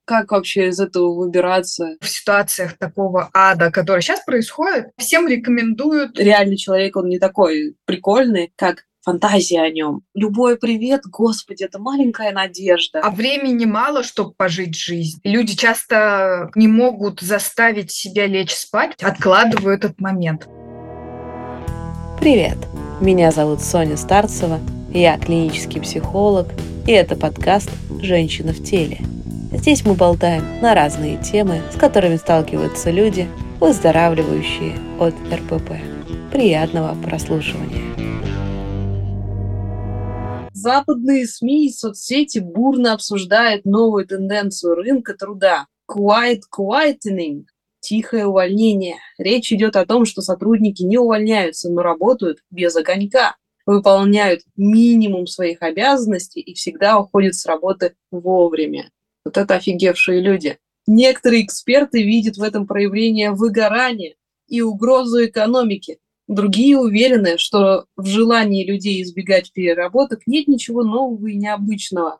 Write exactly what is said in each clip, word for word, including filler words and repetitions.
Как вообще из этого выбираться? В ситуациях такого ада, который сейчас происходит, всем рекомендуют. Реальный человек, он не такой прикольный, как фантазия о нем. Любой привет, Господи, это маленькая надежда. А времени мало, чтобы пожить жизнь. Люди часто не могут заставить себя лечь спать, откладывают этот момент. Привет! Меня зовут Соня Старцева, я клинический психолог, и это подкаст «Женщина в теле». Здесь мы болтаем на разные темы, с которыми сталкиваются люди, выздоравливающие от эр пэ пэ. Приятного прослушивания! Западные СМИ и соцсети бурно обсуждают новую тенденцию рынка труда – quiet quietening – тихое увольнение. Речь идет о том, что сотрудники не увольняются, но работают без огонька, выполняют минимум своих обязанностей и всегда уходят с работы вовремя. Вот это офигевшие люди. Некоторые эксперты видят в этом проявление выгорания и угрозу экономике. Другие уверены, что в желании людей избегать переработок нет ничего нового и необычного.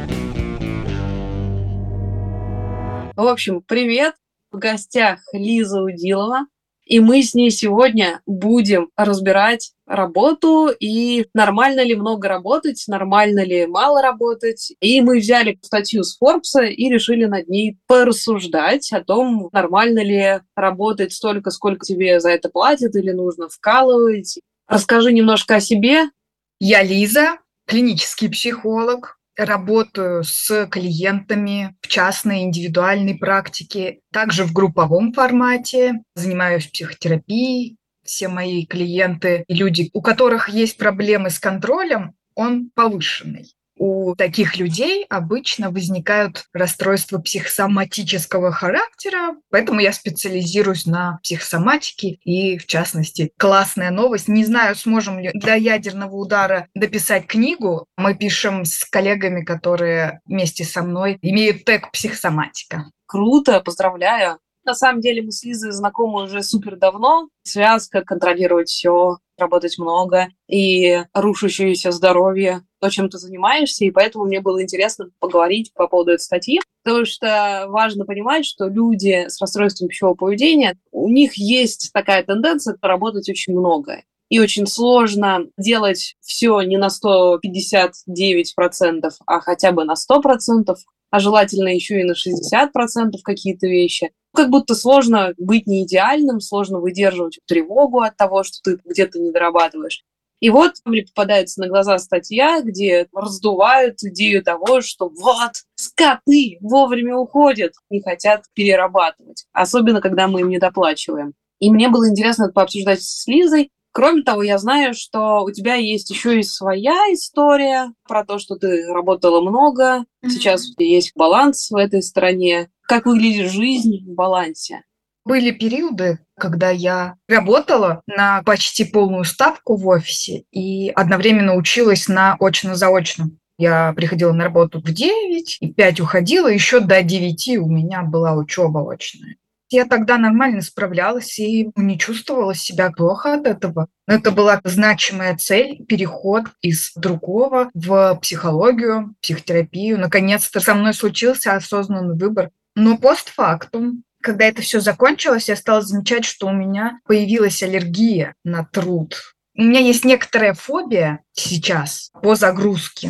В общем, привет! В гостях Лиза Удилова. И мы с ней сегодня будем разбирать работу и нормально ли много работать, нормально ли мало работать. И мы взяли статью с Forbes и решили над ней порассуждать о том, нормально ли работать столько, сколько тебе за это платят, или нужно вкалывать. Расскажи немножко о себе. Я Лиза, клинический психолог. Работаю с клиентами в частной индивидуальной практике, также в групповом формате, занимаюсь психотерапией. Все мои клиенты и люди, у которых есть проблемы с контролем, он повышенный. У таких людей обычно возникают расстройства психосоматического характера, поэтому я специализируюсь на психосоматике и, в частности, классная новость. Не знаю, сможем ли для ядерного удара дописать книгу. Мы пишем с коллегами, которые вместе со мной имеют тег «Психосоматика». Круто, поздравляю. На самом деле мы с Лизой знакомы уже супер давно. Связка, контролировать все, работать много и рушащееся здоровье, то, чем ты занимаешься, и поэтому мне было интересно поговорить по поводу этой статьи, потому что важно понимать, что люди с расстройством пищевого поведения, у них есть такая тенденция работать очень много. И очень сложно делать все не на сто пятьдесят девять процентов, а хотя бы на сто процентов, а желательно еще и на шестьдесят процентов какие-то вещи. Как будто сложно быть не идеальным, сложно выдерживать тревогу от того, что ты где-то не дорабатываешь. И вот мне попадается на глаза статья, где раздувают идею того, что вот, скоты вовремя уходят, не хотят перерабатывать, особенно когда мы им не доплачиваем. И мне было интересно это пообсуждать с Лизой. Кроме того, я знаю, что у тебя есть еще и своя история про то, что ты работала много. Mm-hmm. Сейчас есть баланс в этой стране. Как выглядит жизнь в балансе? Были периоды, когда я работала на почти полную ставку в офисе и одновременно училась на очно-заочном. Я приходила на работу в девять, и в пять уходила, еще до девяти у меня была учеба очная. Я тогда нормально справлялась и не чувствовала себя плохо от этого. Но это была значимая цель, переход из другого в психологию, психотерапию. Наконец-то со мной случился осознанный выбор. Но постфактум, когда это все закончилось, я стала замечать, что у меня появилась аллергия на труд. У меня есть некоторая фобия сейчас по загрузке.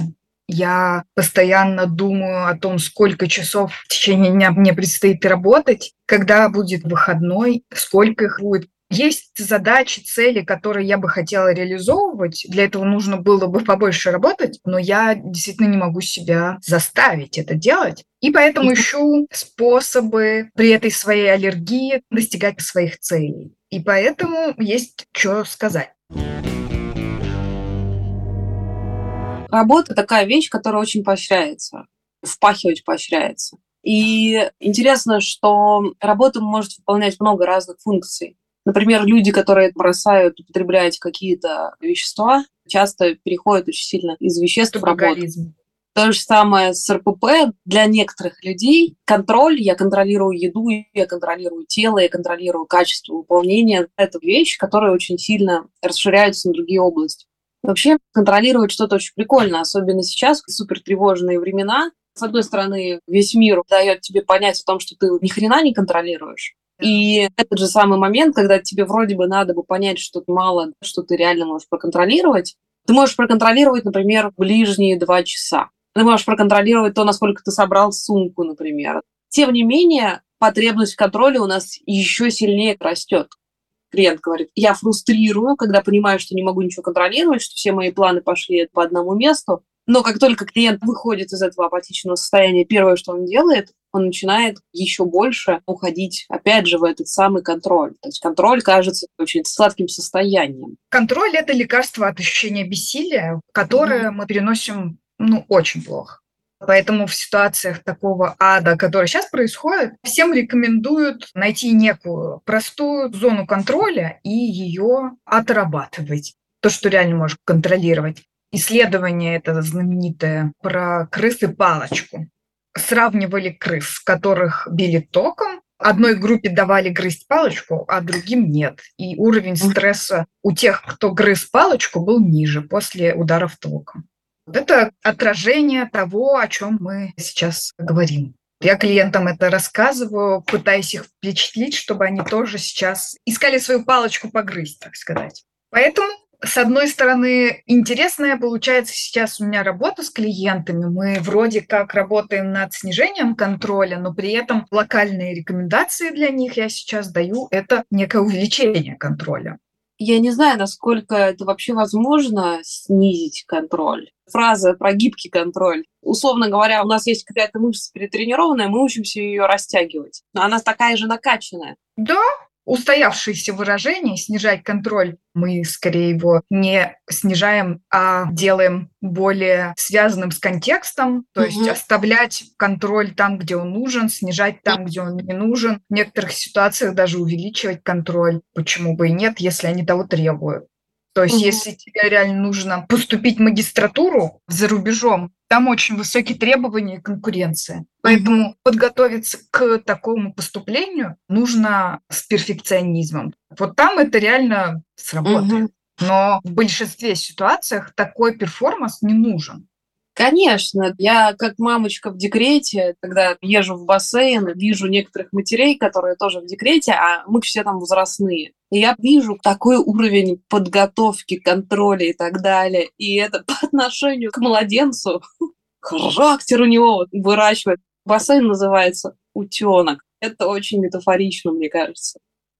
Я постоянно думаю о том, сколько часов в течение дня мне предстоит работать, когда будет выходной, сколько их будет. Есть задачи, цели, которые я бы хотела реализовывать. Для этого нужно было бы побольше работать, но я действительно не могу себя заставить это делать. И поэтому ищу способы при этой своей аллергии достигать своих целей. И поэтому есть что сказать. Работа – такая вещь, которая очень поощряется, впахивать поощряется. И интересно, что работа может выполнять много разных функций. Например, люди, которые бросают употреблять какие-то вещества, часто переходят очень сильно из веществ в работу. То же самое с эр пэ пэ. Для некоторых людей контроль, я контролирую еду, я контролирую тело, я контролирую качество выполнения. Это вещь, которая очень сильно расширяется на другие области. Вообще контролировать что-то очень прикольно, особенно сейчас, в супертревожные времена. С одной стороны, весь мир дает тебе понять о том, что ты ни хрена не контролируешь. И этот же самый момент, когда тебе вроде бы надо бы понять, что мало, что ты реально можешь проконтролировать. Ты можешь проконтролировать, например, ближние два часа. Ты можешь проконтролировать то, насколько ты собрал сумку, например. Тем не менее, потребность в контроле у нас еще сильнее растет. Клиент говорит, я фрустрирую, когда понимаю, что не могу ничего контролировать, что все мои планы пошли по одному месту. Но как только клиент выходит из этого апатичного состояния, первое, что он делает, он начинает еще больше уходить, опять же, в этот самый контроль. То есть контроль кажется очень сладким состоянием. Контроль – это лекарство от ощущения бессилия, которое mm-hmm. мы переносим, ну, очень плохо. Поэтому в ситуациях такого ада, который сейчас происходит, всем рекомендуют найти некую простую зону контроля и ее отрабатывать. То, что реально можешь контролировать. Исследование это знаменитое про крыс и палочку. Сравнивали крыс, которых били током. Одной группе давали грызть палочку, а другим нет. И уровень стресса у тех, кто грыз палочку, был ниже после ударов током. Это отражение того, о чем мы сейчас говорим. Я клиентам это рассказываю, пытаясь их впечатлить, чтобы они тоже сейчас искали свою палочку погрызть, так сказать. Поэтому, с одной стороны, интересная получается сейчас у меня работа с клиентами. Мы вроде как работаем над снижением контроля, но при этом локальные рекомендации для них я сейчас даю – это некое увеличение контроля. Я не знаю, насколько это вообще возможно снизить контроль. Фраза про гибкий контроль. Условно говоря, у нас есть какая-то мышца перетренированная, мы учимся ее растягивать. Но она такая же накачанная. Да, устоявшееся выражение «снижать контроль». Мы скорее его не снижаем, а делаем более связанным с контекстом, то угу. есть оставлять контроль там, где он нужен, снижать там, где он не нужен. В некоторых ситуациях даже увеличивать контроль. Почему бы и нет, если они того требуют. То есть, угу. если тебе реально нужно поступить в магистратуру за рубежом, там очень высокие требования и конкуренция. Поэтому угу. подготовиться к такому поступлению нужно с перфекционизмом. Вот там это реально сработает. Угу. Но в большинстве ситуациях такой перформанс не нужен. Конечно, я как мамочка в декрете, когда езжу в бассейн, вижу некоторых матерей, которые тоже в декрете, а мы все там возрастные. И я вижу такой уровень подготовки, контроля и так далее. И это по отношению к младенцу. Характер у него выращивает. Бассейн называется «Утенок». Это очень метафорично, мне кажется.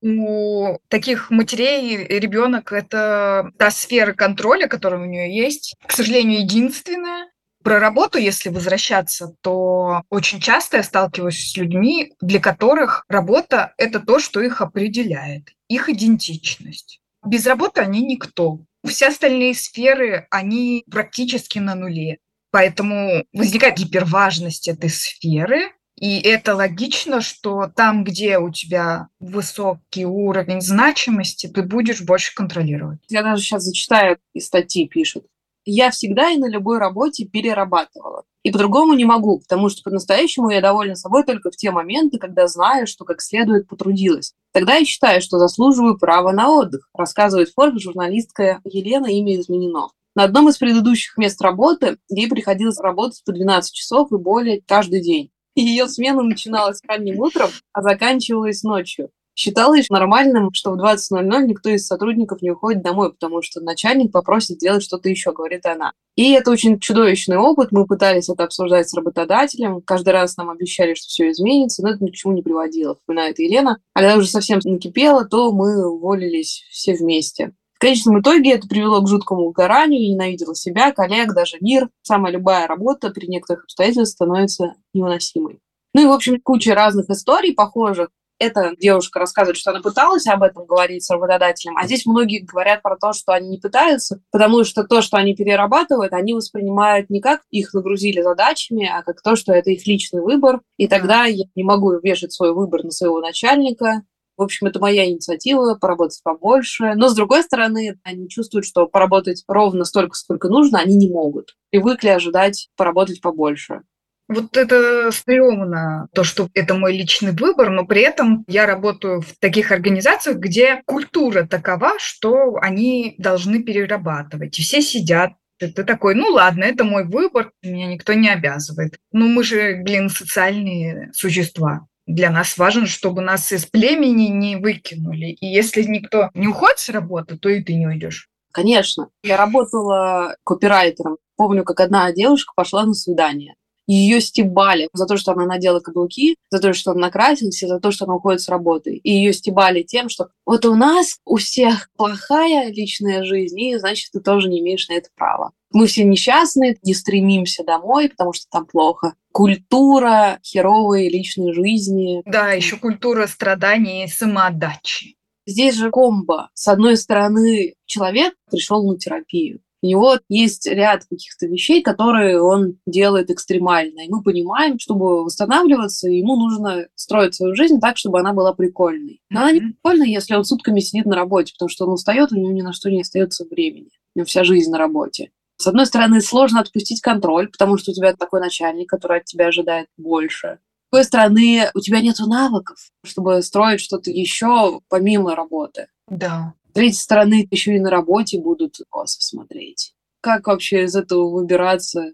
У таких матерей ребенок – это та сфера контроля, которая у нее есть. К сожалению, единственная. Про работу, если возвращаться, то очень часто я сталкиваюсь с людьми, для которых работа – это то, что их определяет, их идентичность. Без работы они никто. Все остальные сферы, они практически на нуле. Поэтому возникает гиперважность этой сферы, и это логично, что там, где у тебя высокий уровень значимости, ты будешь больше контролировать. Я даже сейчас зачитаю, из статьи пишут. Я всегда и на любой работе перерабатывала. И по-другому не могу, потому что по-настоящему я довольна собой только в те моменты, когда знаю, что как следует потрудилась. Тогда я считаю, что заслуживаю права на отдых, рассказывает Forbes журналистка Елена, имя изменено. На одном из предыдущих мест работы ей приходилось работать по двенадцать часов и более каждый день. И ее смена начиналась ранним утром, а заканчивалась ночью. Считалось нормальным, что в двадцать ноль ноль никто из сотрудников не уходит домой, потому что начальник попросит сделать что-то еще, говорит она. И это очень чудовищный опыт. Мы пытались это обсуждать с работодателем. Каждый раз нам обещали, что все изменится, но это ни к чему не приводило, вспоминает Елена. А когда уже совсем накипело, то мы уволились все вместе. В конечном итоге это привело к жуткому выгоранию. Я ненавидела себя, коллег, даже мир. Самая любая работа при некоторых обстоятельствах становится невыносимой. Ну и, в общем, куча разных историй похожих. Эта девушка рассказывает, что она пыталась об этом говорить с работодателем, а здесь многие говорят про то, что они не пытаются, потому что то, что они перерабатывают, они воспринимают не как их нагрузили задачами, а как то, что это их личный выбор, и тогда я не могу вешать свой выбор на своего начальника. В общем, это моя инициатива, поработать побольше. Но, с другой стороны, они чувствуют, что поработать ровно столько, сколько нужно, они не могут. Привыкли ожидать поработать побольше. Вот это стрёмно, то, что это мой личный выбор, но при этом я работаю в таких организациях, где культура такова, что они должны перерабатывать. И все сидят И ты такой, ну ладно, это мой выбор, меня никто не обязывает. Ну мы же, блин, социальные существа. Для нас важно, чтобы нас из племени не выкинули. И если никто не уходит с работы, то и ты не уйдешь. Конечно. Я работала копирайтером. Помню, как одна девушка пошла на свидание. Ее стебали за то, что она надела каблуки, за то, что она накрасилась, и за то, что она уходит с работы. И ее стебали тем, что вот у нас у всех плохая личная жизнь, и значит, ты тоже не имеешь на это права. Мы все несчастные, не стремимся домой, потому что там плохо. Культура херовой личной жизни. Да, еще культура страданий и самоотдачи. Здесь же комбо. С одной стороны, человек пришел на терапию. У него есть ряд каких-то вещей, которые он делает экстремально. И мы понимаем, чтобы восстанавливаться, ему нужно строить свою жизнь так, чтобы она была прикольной. Но она не прикольная, если он сутками сидит на работе, потому что он устает, у него ни на что не остается времени. У него вся жизнь на работе. С одной стороны, сложно отпустить контроль, потому что у тебя такой начальник, который от тебя ожидает больше. С другой стороны, у тебя нет навыков, чтобы строить что-то еще помимо работы. Да. С третьей стороны, еще и на работе будут косо смотреть. Как вообще из этого выбираться?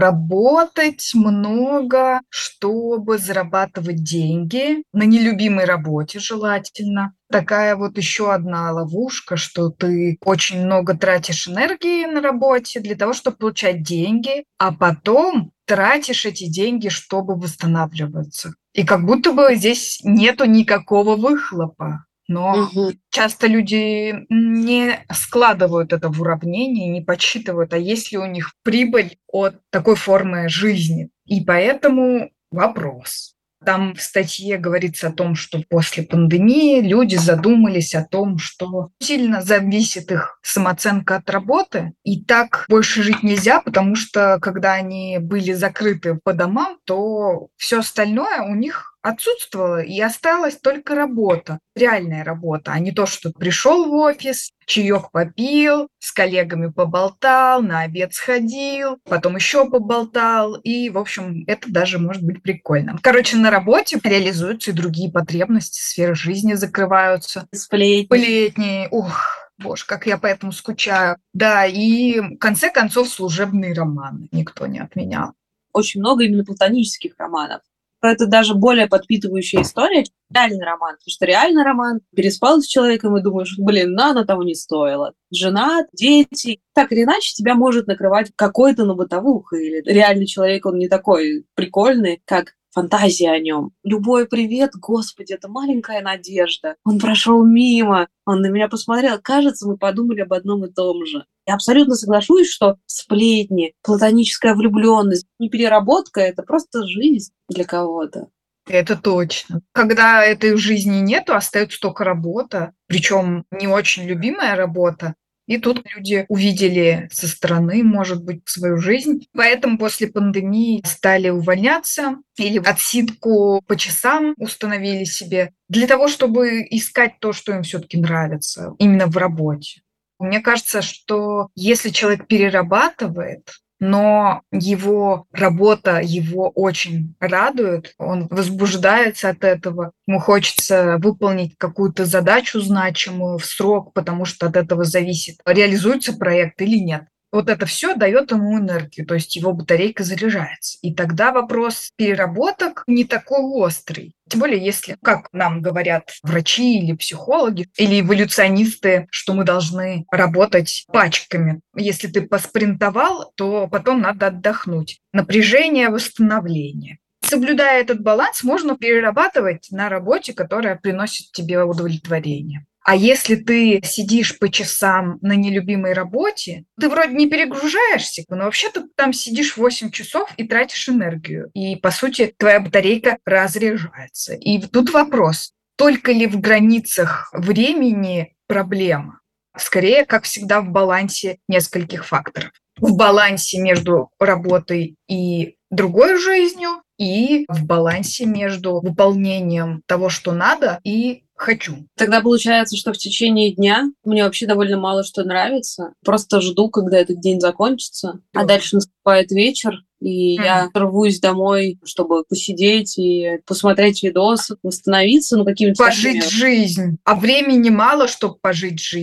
Работать много, чтобы зарабатывать деньги на нелюбимой работе желательно. Такая вот еще одна ловушка, что ты очень много тратишь энергии на работе для того, чтобы получать деньги, а потом тратишь эти деньги, чтобы восстанавливаться. И как будто бы здесь нету никакого выхлопа. Но Угу. часто люди не складывают это в уравнение, не подсчитывают, а есть ли у них прибыль от такой формы жизни. И поэтому вопрос. Там в статье говорится о том, что после пандемии люди задумались о том, что сильно зависит их самооценка от работы, и так больше жить нельзя, потому что когда они были закрыты по домам, то все остальное у них отсутствовало, и осталась только работа, реальная работа, а не то, что пришел в офис, чаек попил, с коллегами поболтал, на обед сходил, потом еще поболтал, и, в общем, это даже может быть прикольно. Короче, на работе реализуются и другие потребности, сферы жизни закрываются. Сплетни. Сплетни, ух, боже, как я по этому скучаю. Да, и в конце концов служебные романы никто не отменял. Очень много именно платонических романов. Это даже более подпитывающая история, чем реальный роман. Потому что реальный роман, переспал с человеком и думаешь, блин, ну оно того не стоило. Женат, дети. Так или иначе тебя может накрывать какой-то на бытовуха. Или реальный человек, он не такой прикольный, как фантазия о нем. Любой привет, господи, это маленькая надежда. Он прошел мимо, он на меня посмотрел. Кажется, мы подумали об одном и том же. Я абсолютно соглашусь, что сплетни, платоническая влюбленность, не переработка, это просто жизнь для кого-то. Это точно. Когда этой жизни нету, остается только работа, причем не очень любимая работа. И тут люди увидели со стороны, может быть, свою жизнь. Поэтому после пандемии стали увольняться или отсидку по часам установили себе для того, чтобы искать то, что им все-таки нравится именно в работе. Мне кажется, что если человек перерабатывает, но его работа его очень радует, он возбуждается от этого, ему хочется выполнить какую-то задачу значимую в срок, потому что от этого зависит, реализуется проект или нет. Вот это все дает ему энергию, то есть его батарейка заряжается. И тогда вопрос переработок не такой острый. Тем более, если, как нам говорят врачи или психологи, или эволюционисты, что мы должны работать пачками. Если ты поспринтовал, то потом надо отдохнуть. Напряжение, восстановление. Соблюдая этот баланс, можно перерабатывать на работе, которая приносит тебе удовлетворение. А если ты сидишь по часам на нелюбимой работе, ты вроде не перегружаешься, но вообще ты там сидишь восемь часов и тратишь энергию. И, по сути, твоя батарейка разряжается. И тут вопрос, только ли в границах времени проблема? Скорее, как всегда, в балансе нескольких факторов. В балансе между работой и другой жизнью, и в балансе между выполнением того, что надо, и хочу. Тогда получается, что в течение дня мне вообще довольно мало что нравится. Просто жду, когда этот день закончится. А дальше наступает вечер, и mm-hmm. я рвусь домой, чтобы посидеть и посмотреть видосы, восстановиться, ну, какими-то... Пожить такими... жизнь. А времени мало, чтобы пожить жизнь.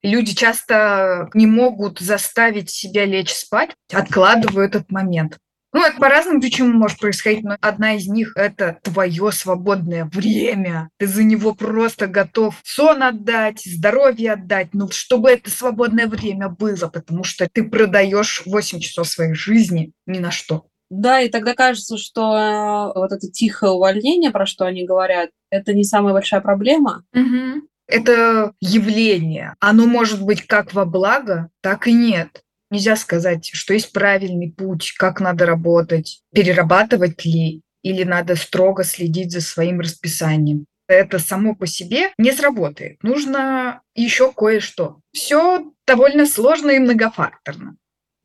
Люди часто не могут заставить себя лечь спать, откладывают этот момент. Ну, это по разным причинам может происходить, но одна из них – это твое свободное время. Ты за него просто готов сон отдать, здоровье отдать, ну, чтобы это свободное время было, потому что ты продаешь восемь часов своей жизни ни на что. Да, и тогда кажется, что вот это тихое увольнение, про что они говорят, это не самая большая проблема. Угу. Это явление. Оно может быть как во благо, так и нет. Нельзя сказать, что есть правильный путь, как надо работать, перерабатывать ли, или надо строго следить за своим расписанием. Это само по себе не сработает. Нужно еще кое-что. Все довольно сложно и многофакторно.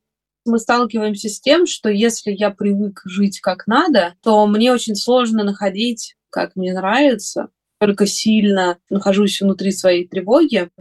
Мы сталкиваемся с тем, что если я привык жить как надо, то мне очень сложно находить, как мне нравится. Только сильно нахожусь внутри своей тревоги,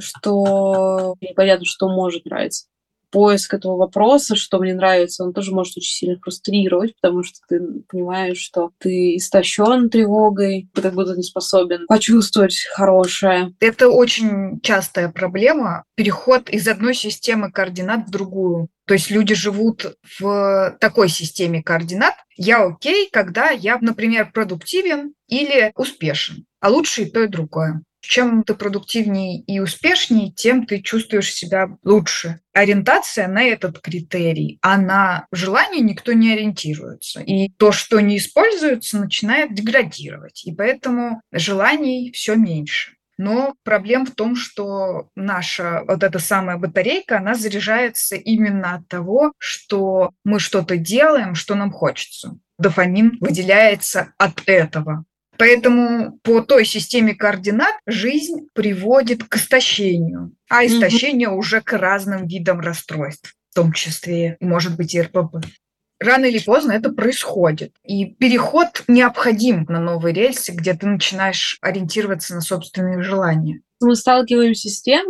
что непонятно, что может нравиться. Поиск этого вопроса, что мне нравится, он тоже может очень сильно фрустрировать, потому что ты понимаешь, что ты истощен тревогой, ты как будто не способен почувствовать хорошее. Это очень частая проблема, переход из одной системы координат в другую. То есть люди живут в такой системе координат. Я окей, когда я, например, продуктивен или успешен, а лучше и то, и другое. Чем ты продуктивнее и успешнее, тем ты чувствуешь себя лучше. Ориентация на этот критерий, а на желание никто не ориентируется. И то, что не используется, начинает деградировать. И поэтому желаний все меньше. Но проблема в том, что наша вот эта самая батарейка, она заряжается именно от того, что мы что-то делаем, что нам хочется. Дофамин выделяется от этого. Поэтому по той системе координат жизнь приводит к истощению, а истощение mm-hmm. уже к разным видам расстройств, в том числе, может быть, и эр пэ пэ. Рано или поздно это происходит. И переход необходим на новые рельсы, где ты начинаешь ориентироваться на собственные желания. Мы сталкиваемся с тем,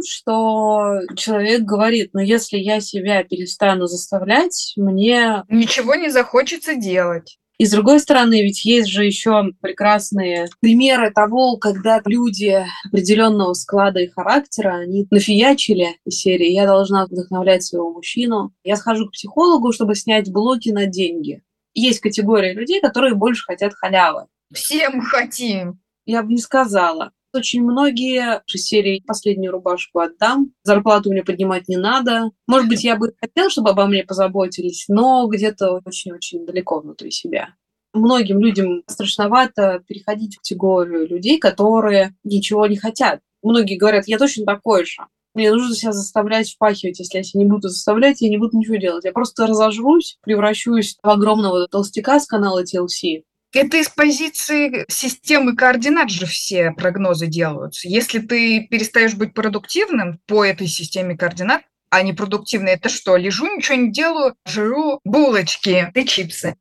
что человек говорит, ну если я себя перестану заставлять, мне ничего не захочется делать. И с другой стороны, ведь есть же еще прекрасные примеры того, когда люди определенного склада и характера, они нафиячили из серии «Я должна вдохновлять своего мужчину». Я схожу к психологу, чтобы снять блоки на деньги. Есть категория людей, которые больше хотят халявы. Все мы хотим. Я бы не сказала. Очень многие из серии «Последнюю рубашку отдам», зарплату мне поднимать не надо. Может быть, я бы хотела, чтобы обо мне позаботились, но где-то очень-очень далеко внутри себя. Многим людям страшновато переходить в категорию людей, которые ничего не хотят. Многие говорят, я точно такой же. Мне нужно себя заставлять впахивать. Если я себя не буду заставлять, я не буду ничего делать. Я просто разожрусь, превращусь в огромного толстяка с канала ти эл си. Это из позиции системы координат же все прогнозы делаются. Если ты перестаешь быть продуктивным по этой системе координат, а не продуктивный, это что? Лежу, ничего не делаю, жру булочки и чипсы.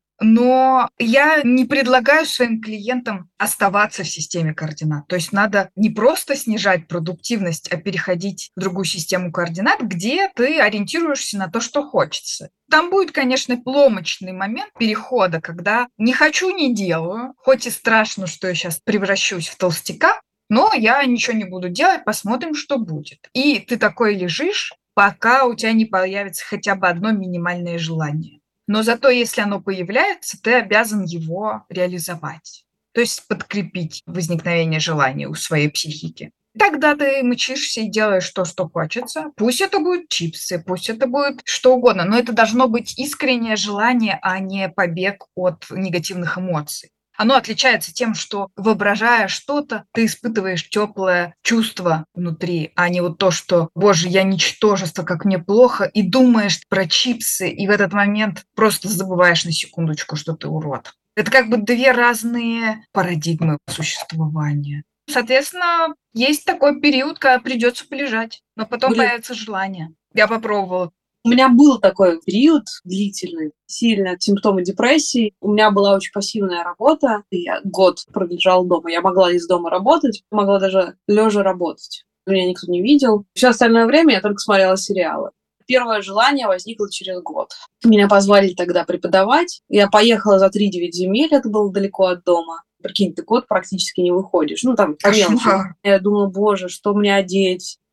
Но я не предлагаю своим клиентам оставаться в системе координат. То есть надо не просто снижать продуктивность, а переходить в другую систему координат, где ты ориентируешься на то, что хочется. Там будет, конечно, ломочный момент перехода, когда не хочу, не делаю, хоть и страшно, что я сейчас превращусь в толстяка, но я ничего не буду делать, посмотрим, что будет. И ты такой лежишь, пока у тебя не появится хотя бы одно минимальное желание. Но зато, если оно появляется, ты обязан его реализовать. То есть подкрепить возникновение желания у своей психики. Тогда ты мычишься и делаешь то, что хочется. Пусть это будут чипсы, пусть это будет что угодно, но это должно быть искреннее желание, а не побег от негативных эмоций. Оно отличается тем, что, воображая что-то, ты испытываешь теплое чувство внутри, а не вот то, что «Боже, я ничтожество, как мне плохо», и думаешь про чипсы, и в этот момент просто забываешь на секундочку, что ты урод. Это как бы две разные парадигмы существования. Соответственно, есть такой период, когда придется полежать, но потом Блин. появится желание. Я попробовала. У меня был такой период длительный, сильно симптомы депрессии. У меня была очень пассивная работа. Я год пролежала дома. Я могла из дома работать, могла даже лежа работать. Меня никто не видел. Все остальное время я только смотрела сериалы. Первое желание возникло через год. Меня позвали тогда преподавать. Я поехала за три-девять земель, это было далеко от дома. Прикинь, ты год практически не выходишь. Ну, там, по мелочи. Я думала, боже, что мне одеть?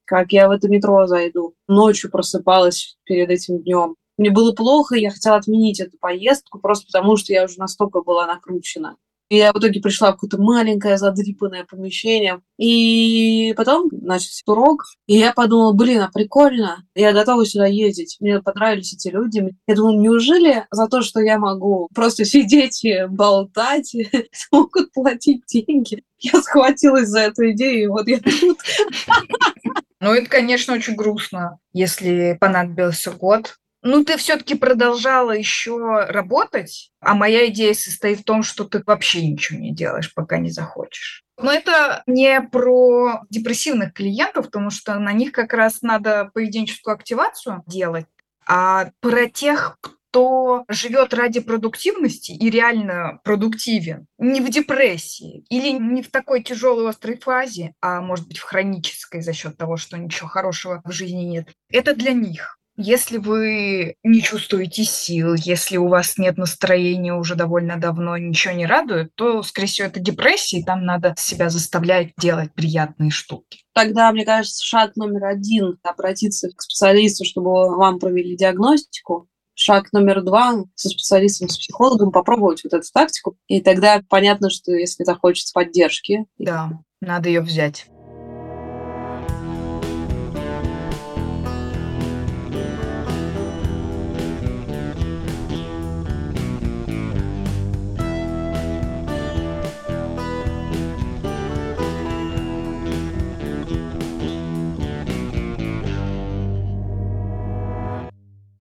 как я в это метро зайду. Ночью просыпалась перед этим днем. Мне было плохо, и я хотела отменить эту поездку, просто потому что я уже настолько была накручена. И я в итоге пришла в какое-то маленькое задрипанное помещение. И потом начался урок, и я подумала, блин, а прикольно, я готова сюда ездить. Мне понравились эти люди. Я думала, неужели за то, что я могу просто сидеть и болтать, смогут платить деньги? Я схватилась за эту идею, и вот я тут. Ну, это, конечно, очень грустно, если понадобился год. Ну, ты все-таки продолжала еще работать, а моя идея состоит в том, что ты вообще ничего не делаешь, пока не захочешь. Но это не про депрессивных клиентов, потому что на них как раз надо поведенческую активацию делать, а про тех, кто живет ради продуктивности и реально продуктивен, не в депрессии или не в такой тяжелой острой фазе, а может быть в хронической за счет того, что ничего хорошего в жизни нет. Это для них. Если вы не чувствуете сил, если у вас нет настроения уже довольно давно, ничего не радует, то, скорее всего, это депрессия, и там надо себя заставлять делать приятные штуки. Тогда, мне кажется, шаг номер один – обратиться к специалисту, чтобы вам провели диагностику. Шаг номер два – со специалистом, с психологом попробовать вот эту тактику. И тогда понятно, что если захочется поддержки. Да, надо ее взять.